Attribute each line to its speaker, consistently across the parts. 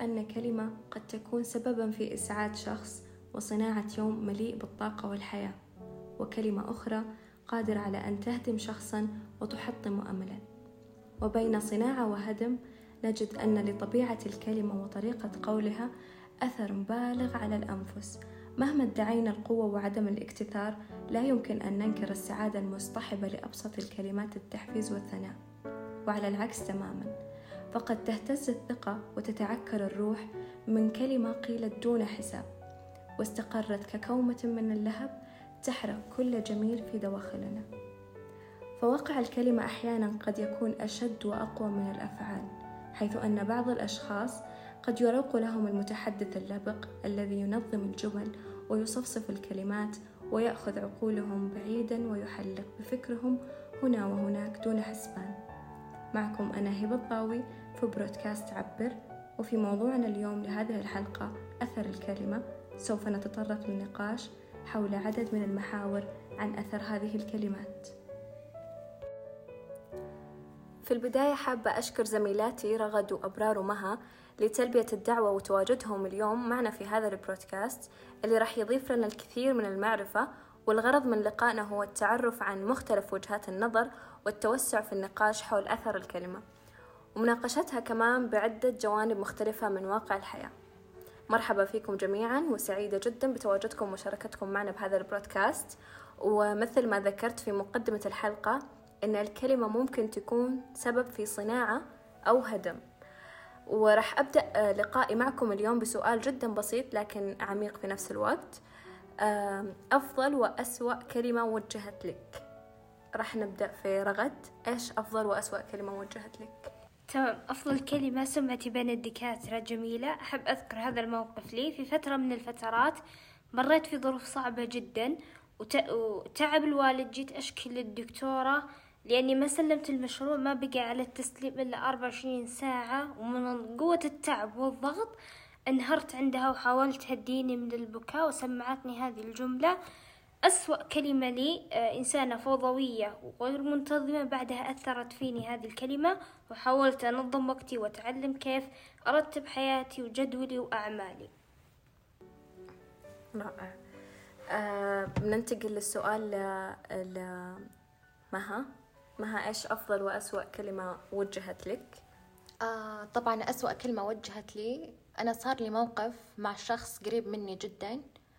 Speaker 1: أن كلمة قد تكون سببا في إسعاد شخص وصناعة يوم مليء بالطاقة والحياة، وكلمة أخرى قادرة على أن تهدم شخصا وتحطم أملا. وبين صناعة وهدم نجد أن لطبيعة الكلمة وطريقة قولها أثر بالغ على الأنفس. مهما ادعينا القوة وعدم الاكتثار، لا يمكن أن ننكر السعادة المصطحبة لأبسط الكلمات التحفيز والثناء. وعلى العكس تماما، فقد تهتز الثقة وتتعكر الروح من كلمة قيلت دون حساب، واستقرت ككومة من اللهب تحرق كل جميل في دواخلنا. فواقع الكلمة أحيانا قد يكون أشد وأقوى من الأفعال، حيث أن بعض الأشخاص قد يروق لهم المتحدث اللبق الذي ينظم الجمل ويصفصف الكلمات ويأخذ عقولهم بعيدا ويحلق بفكرهم هنا وهناك دون حسبان. معكم أنا هبة الضاوي في برودكاست عبر، وفي موضوعنا اليوم لهذه الحلقة أثر الكلمة سوف نتطرق للنقاش حول عدد من المحاور عن أثر هذه الكلمات. في البداية حابة أشكر زميلاتي رغد وأبرار ومها لتلبية الدعوة وتواجدهم اليوم معنا في هذا البرودكاست اللي راح يضيف لنا الكثير من المعرفة. والغرض من لقائنا هو التعرف عن مختلف وجهات النظر والتوسع في النقاش حول أثر الكلمة، ومناقشتها كمان بعدة جوانب مختلفة من واقع الحياة. مرحبا فيكم جميعا، وسعيدة جدا بتواجدكم ومشاركتكم معنا بهذا البرودكاست. ومثل ما ذكرت في مقدمة الحلقة إن الكلمة ممكن تكون سبب في صناعة أو هدم. ورح أبدأ لقائي معكم اليوم بسؤال جدا بسيط لكن عميق في نفس الوقت. أفضل وأسوأ كلمة وجهت لك؟ رح نبدأ في رغد. إيش أفضل وأسوأ كلمة وجهت لك؟
Speaker 2: تمام، أفضل كلمة سمعتي بين الدكاترة جميلة. أحب أذكر هذا الموقف لي في فترة من الفترات مريت في ظروف صعبة جدا وتعب الوالد. جيت أشكي للدكتورة لأني ما سلمت المشروع، ما بقى على التسليم إلا 24 ساعة، ومن قوة التعب والضغط انهرت عندها وحاولت تهديني من البكاء وسمعتني هذه الجملة: أسوأ كلمة لي إنسانة فوضوية وغير منتظمة. بعدها أثرت فيني هذه الكلمة، وحاولت أنظم وقتي وأتعلم كيف أرتب حياتي وجدولي وأعمالي.
Speaker 1: رائع. بننتقل للسؤال مها، إيش أفضل وأسوأ كلمة وجهت لك؟
Speaker 3: طبعا أسوأ كلمة وجهت لي، أنا صار لي موقف مع شخص قريب مني جدا.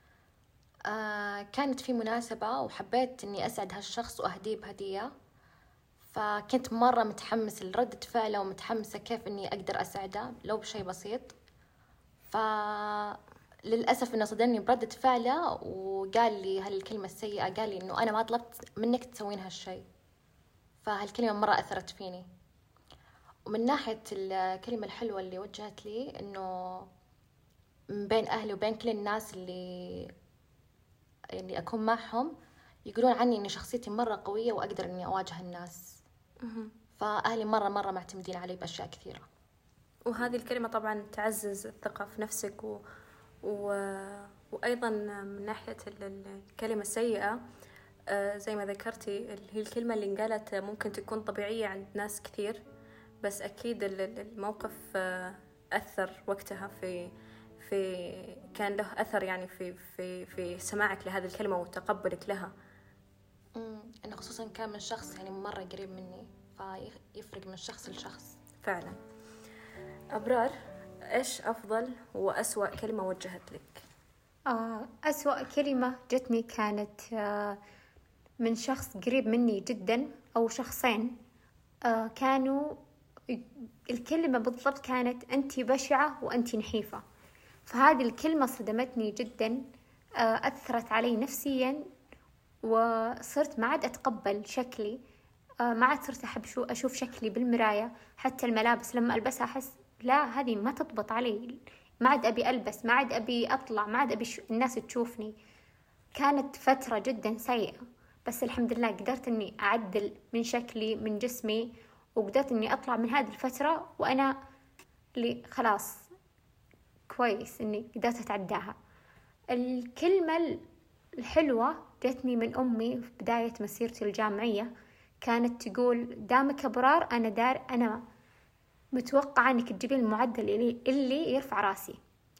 Speaker 3: كانت في مناسبة وحبيت أني أسعد هالشخص وأهديه بهدية، فكنت مرة متحمس لردة فعله ومتحمسة كيف أني أقدر أسعده لو بشيء بسيط. فللأسف أنه صدمني بردة فعله وقال لي هالكلمة السيئة، قال لي أنه أنا ما طلبت منك تسوين هالشيء. فهالكلمة مرة أثرت فيني. ومن ناحية الكلمة الحلوة اللي وجهت لي، إنه من بين أهلي وبين كل الناس اللي أكون معهم يقولون عني إن شخصيتي مرة قوية وأقدر إني أواجه الناس. فأهلي مرة معتمدين علي بأشياء كثيرة.
Speaker 1: وهذه الكلمة طبعا تعزز الثقة في نفسك وأيضا من ناحية الكلمة السيئة، زي ما ذكرتي، هي الكلمة اللي انقالت ممكن تكون طبيعية عند ناس كثير، بس أكيد الموقف أثر وقتها في كان له أثر يعني في سماعك لهذه الكلمة وتقبلك لها.
Speaker 3: أنا خصوصا كان من شخص يعني مرة قريب مني، فيفرق من شخص لشخص
Speaker 1: فعلا. أبرار، إيش أفضل وأسوأ كلمة وجهت لك؟
Speaker 4: أسوأ كلمة جتني كانت من شخص قريب مني جدا، أو شخصين. كانوا الكلمة بالضبط كانت: أنت بشعة وأنت نحيفة. فهذه الكلمة صدمتني جدا، أثرت علي نفسيا، وصرت ما عاد أتقبل شكلي، ما عاد صرت أحب أشوف شكلي بالمراية. حتى الملابس لما ألبسها أحس لا، هذه ما تضبط علي، ما عاد أبي ألبس، ما عاد أبي أطلع، ما عاد أبي الناس تشوفني. كانت فترة جدا سيئة، بس الحمد لله قدرت أني أعدل من شكلي من جسمي، وقدرت أني أطلع من هذه الفترة وأنا خلاص كويس أني قدرت أتعداها. الكلمة الحلوة جتني من أمي في بداية مسيرتي الجامعية، كانت تقول: دامك أبرار أنا متوقعة إنك تجيبين المعدل اللي يرفع راسي.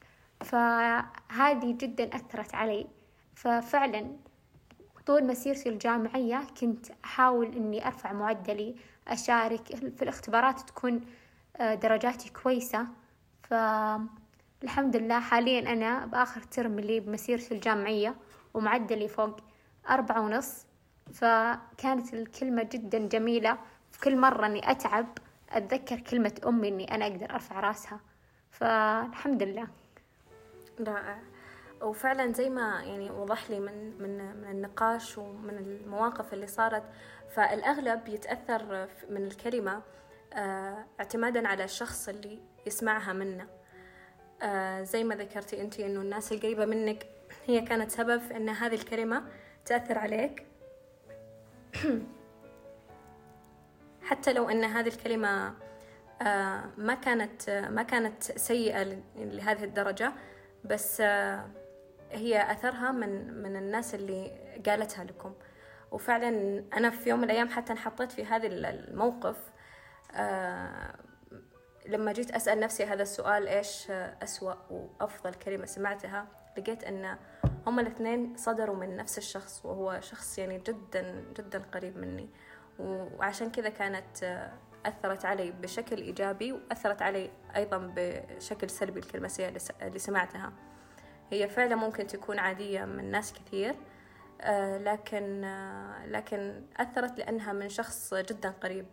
Speaker 4: فهذه جدا أثرت علي. ففعلا طول مسيرتي الجامعية كنت أحاول إني أرفع معدلي، أشارك في الاختبارات تكون درجاتي كويسة. فالحمد لله حاليا أنا بآخر ترم لي بمسيرتي الجامعية ومعدلي فوق 4.5. فكانت الكلمة جدا جميلة. في كل مرة إني أتعب أتذكر كلمة أمي إني أنا أقدر أرفع راسها. فالحمد لله.
Speaker 1: رائع. وفعلا زي ما يعني وضح لي من النقاش ومن المواقف اللي صارت، فالأغلب يتأثر من الكلمة اعتمادا على الشخص اللي يسمعها منا. زي ما ذكرتي أنتي إنه الناس القريبة منك هي كانت سبب في إن هذه الكلمة تأثر عليك حتى لو إن هذه الكلمة ما كانت سيئة لهذه الدرجة، بس هي أثرها من الناس اللي قالتها لكم. وفعلا أنا في يوم من الأيام حتى انحطيت في هذا الموقف، لما جيت أسأل نفسي هذا السؤال إيش أسوأ وأفضل كلمة سمعتها، لقيت أن هما الاثنين صدروا من نفس الشخص، وهو شخص يعني جدا جدا قريب مني. وعشان كذا كانت أثرت علي بشكل إيجابي، وأثرت علي أيضا بشكل سلبي الكلمة السيئة اللي سمعتها. هي فعلا ممكن تكون عادية من ناس كثير، لكن أثرت لأنها من شخص جدا قريب.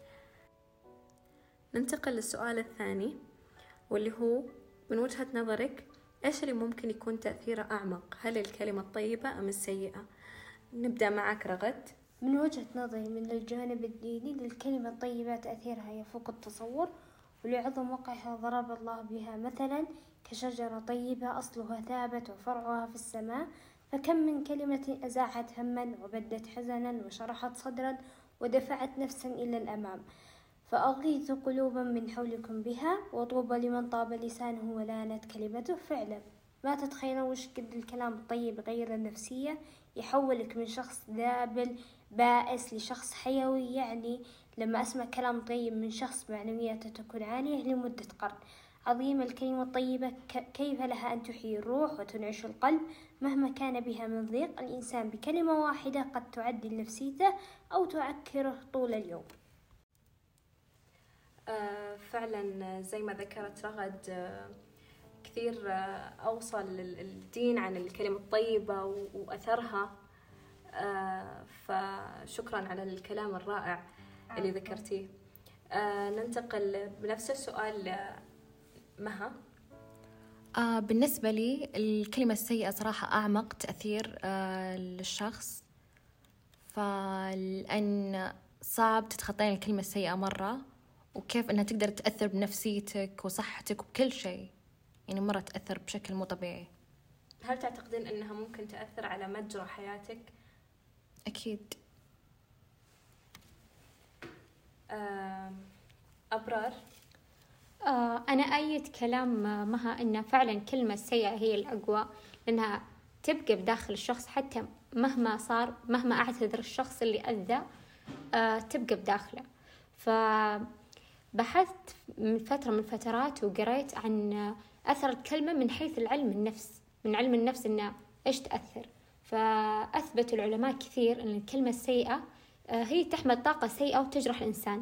Speaker 1: ننتقل للسؤال الثاني، واللي هو من وجهة نظرك إيش اللي ممكن يكون تأثيره أعمق، هل الكلمة الطيبة أم السيئة؟ نبدأ معك رغد.
Speaker 2: من وجهة نظري من الجانب الديني للكلمة الطيبة تأثيرها يفوق التصور، ولعظم وقعها ضرب الله بها مثلا كشجرة طيبة أصلها ثابت وفرعها في السماء، فكم من كلمة أزاحت هما وبدت حزنا وشرحت صدرا ودفعت نفسا إلى الأمام. فأغيث قلوبا من حولكم بها، وطوبى لمن طاب لسانه ولانت كلمته. فعلا ما تتخيلون وش قد الكلام الطيب غير النفسية، يحولك من شخص ذابل بائس لشخص حيوي. يعني لما أسمع كلام طيب من شخص معنوياته تكون عالية لمدة قرن. عظيمة الكلمة الطيبة، كيف لها أن تحيي الروح وتنعش القلب مهما كان بها من ضيق. الإنسان بكلمة واحدة قد تعدل نفسيته أو تعكره طول اليوم.
Speaker 1: فعلا زي ما ذكرت رغد، كثير أوصل الدين عن الكلمة الطيبة وأثرها. فشكرا على الكلام الرائع اللي ذكرتيه. ننتقل بنفس السؤال مها.
Speaker 3: بالنسبة لي الكلمة السيئة صراحة أعمق تأثير للشخص، فلأن صعب تتخطين الكلمة السيئة مرة، وكيف أنها تقدر تأثر بنفسيتك وصحتك وكل شيء، يعني مرة تأثر بشكل مو طبيعي.
Speaker 1: هل تعتقدين أنها ممكن تأثر على مجرى حياتك؟
Speaker 3: أكيد.
Speaker 1: أبرار.
Speaker 4: أنا أيد كلام مها إن فعلا كلمة سيئة هي الأقوى، لأنها تبقى بداخل الشخص حتى مهما صار، مهما أعتذر الشخص اللي أذى تبقى بداخله. فبحثت من فترة من الفترات وقريت عن أثر الكلمة من حيث العلم النفس، من علم النفس إنه إيش تأثر. فأثبت العلماء كثير أن الكلمة السيئة هي تحمل طاقة سيئة وتجرح الإنسان،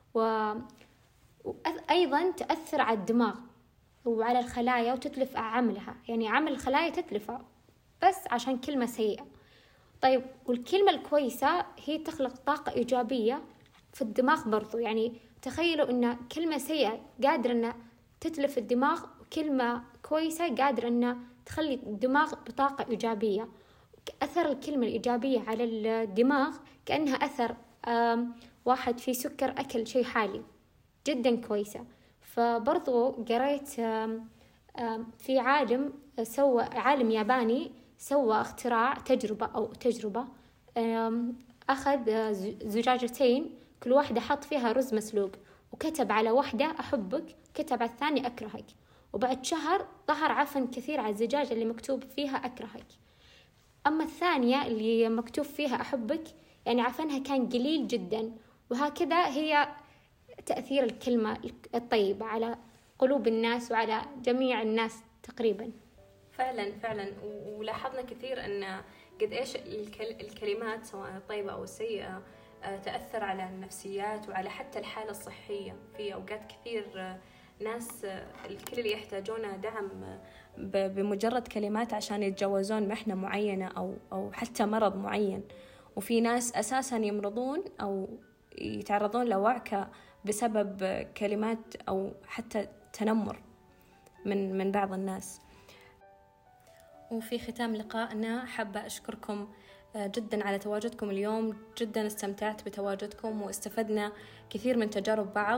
Speaker 4: وأيضا تأثر على الدماغ وعلى الخلايا وتتلف عملها، يعني عمل الخلايا تتلفه بس عشان كلمة سيئة. طيب والكلمة الكويسة هي تخلق طاقة إيجابية في الدماغ برضو. يعني تخيلوا إن كلمة سيئة قادرة إن تتلف الدماغ، وكلمة كويسة قادرة إن تخلي الدماغ بطاقة إيجابية. أثر الكلمة الإيجابية على الدماغ كأنها أثر واحد في سكر أكل شيء حالي جدا كويسة. فبرضو قريت في عالم ياباني سوى اختراع تجربة أخذ زجاجتين كل واحدة حط فيها رز مسلوق، وكتب على واحدة أحبك، كتب على الثانية أكرهك، وبعد شهر ظهر عفن كثير على الزجاجة اللي مكتوب فيها أكرهك. أما الثانية اللي مكتوب فيها أحبك يعني عفنها كان قليل جدا. وهكذا هي تأثير الكلمة الطيبة على قلوب الناس وعلى جميع الناس تقريبا.
Speaker 1: فعلا ولاحظنا كثير أن قد إيش الكلمات سواء الطيبة أو السيئة تأثر على النفسيات وعلى حتى الحالة الصحية. في أوقات كثير ناس الكل اللي يحتاجون دعم بمجرد كلمات عشان يتجاوزون محنة معينة أو حتى مرض معين، وفي ناس أساسا يمرضون أو يتعرضون لوعكة بسبب كلمات أو حتى تنمر من بعض الناس. وفي ختام لقائنا حابة أشكركم جدا على تواجدكم اليوم. جدا استمتعت بتواجدكم واستفدنا كثير من تجارب بعض،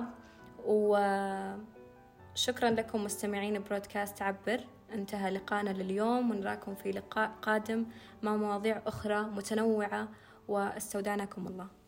Speaker 1: وشكرا لكم مستمعين برودكاست عبر. انتهى لقاءنا لليوم، ونراكم في لقاء قادم مع مواضيع أخرى متنوعة، واستودعناكم الله.